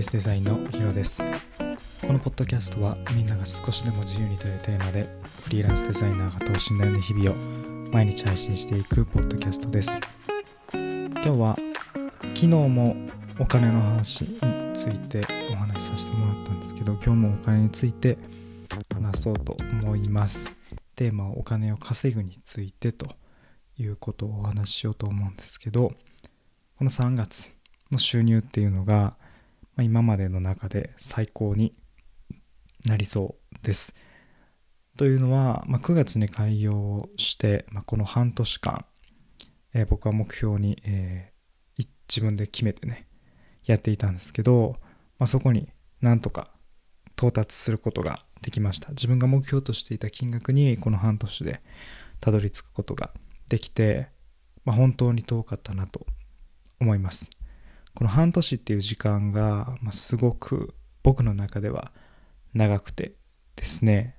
スデザインのヒロです。このポッドキャストはみんなが少しでも自由にというテーマでフリーランスデザイナーが等身大の日々を毎日配信していくポッドキャストです。今日は昨日もお金の話についてお話しさせてもらったんですけど、今日もお金について話そうと思います。テーマはお金を稼ぐについてということをお話ししようと思うんですけど、この3月の収入っていうのが、今までの中で最高になりそうです。というのは、9月に開業をして、この半年間、僕は目標に、自分で決めてねやっていたんですけど、そこになんとか到達することができました。自分が目標としていた金額にこの半年でたどり着くことができて、本当に遠かったなと思います。この半年っていう時間が、すごく僕の中では長くてですね、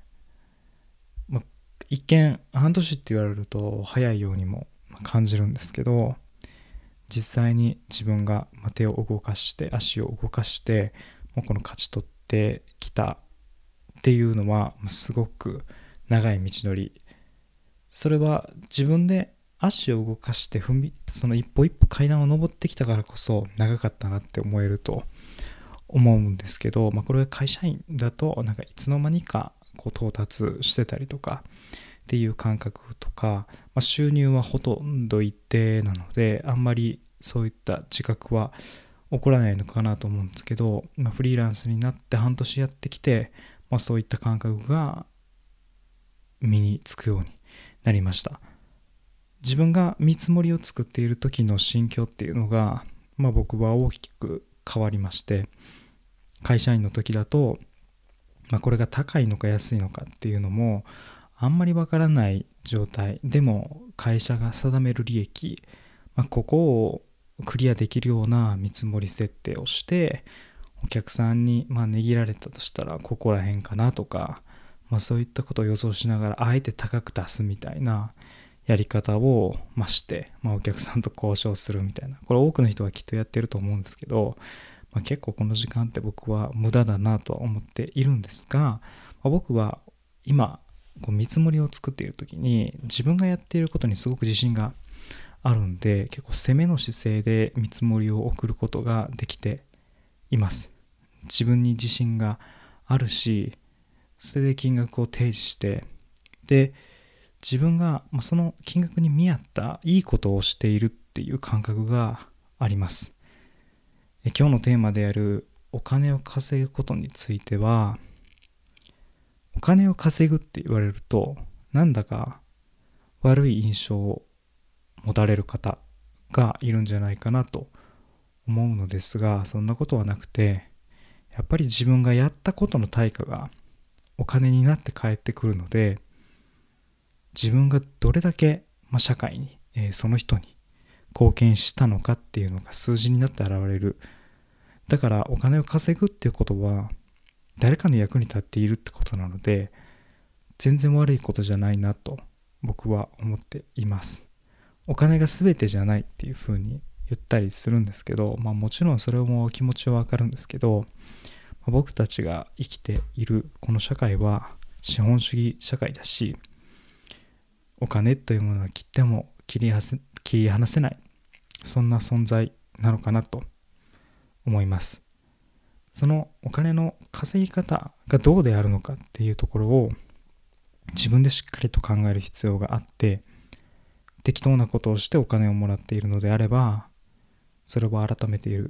一見半年って言われると早いようにも感じるんですけど、実際に自分が手を動かして足を動かしてもうこの勝ち取ってきたっていうのはすごく長い道のり。それは自分で足を動かしてその一歩一歩階段を登ってきたからこそ長かったなって思えると思うんですけど、これが会社員だといつの間にか到達してたりとかっていう感覚とか、収入はほとんど一定なのであんまりそういった自覚は起こらないのかなと思うんですけど、フリーランスになって半年やってきて、そういった感覚が身につくようになりました。自分が見積もりを作っている時の心境っていうのが、僕は大きく変わりまして、会社員の時だと、これが高いのか安いのかっていうのもあんまりわからない状態でも会社が定める利益、ここをクリアできるような見積もり設定をしてお客さんに値切られたとしたらここら辺かなとか、そういったことを予想しながらあえて高く出すみたいなやり方をして、お客さんと交渉するみたいな、これ多くの人はきっとやってると思うんですけど、結構この時間って僕は無駄だなとは思っているんですが、僕は今見積もりを作っている時に自分がやっていることにすごく自信があるんで、結構攻めの姿勢で見積もりを送ることができています。自分に自信があるし、それで金額を提示して、で自分がその金額に見合ったいいことをしているっていう感覚があります。今日のテーマであるお金を稼ぐことについては、お金を稼ぐって言われるとなんだか悪い印象を持たれる方がいるんじゃないかなと思うのですが、そんなことはなくて、やっぱり自分がやったことの対価がお金になって返ってくるので、自分がどれだけ社会にその人に貢献したのかっていうのが数字になって現れる。だからお金を稼ぐっていうことは誰かの役に立っているってことなので、全然悪いことじゃないなと僕は思っています。お金が全てじゃないっていうふうに言ったりするんですけど、もちろんそれも気持ちはわかるんですけど、僕たちが生きているこの社会は資本主義社会だし、お金というものは切っても切り離せない、そんな存在なのかなと思います。そのお金の稼ぎ方がどうであるのかっていうところを自分でしっかりと考える必要があって、適当なことをしてお金をもらっているのであれば、それを改めて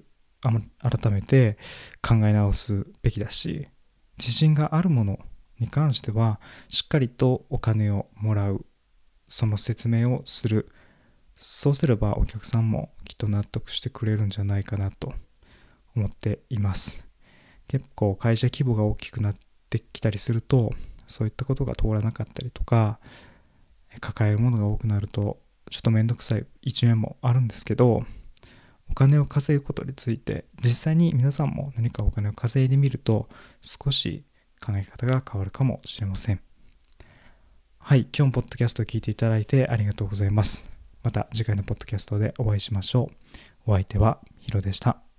考え直すべきだし、自信があるものに関してはしっかりとお金をもらう、その説明をする。そうすればお客さんもきっと納得してくれるんじゃないかなと思っています。結構会社規模が大きくなってきたりすると、そういったことが通らなかったりとか、抱えるものが多くなるとちょっとめんどくさい一面もあるんですけど、お金を稼ぐことについて実際に皆さんも何かお金を稼いでみると少し考え方が変わるかもしれません。はい、今日もポッドキャストを聞いていただいてありがとうございます。また次回のポッドキャストでお会いしましょう。お相手はヒロでした。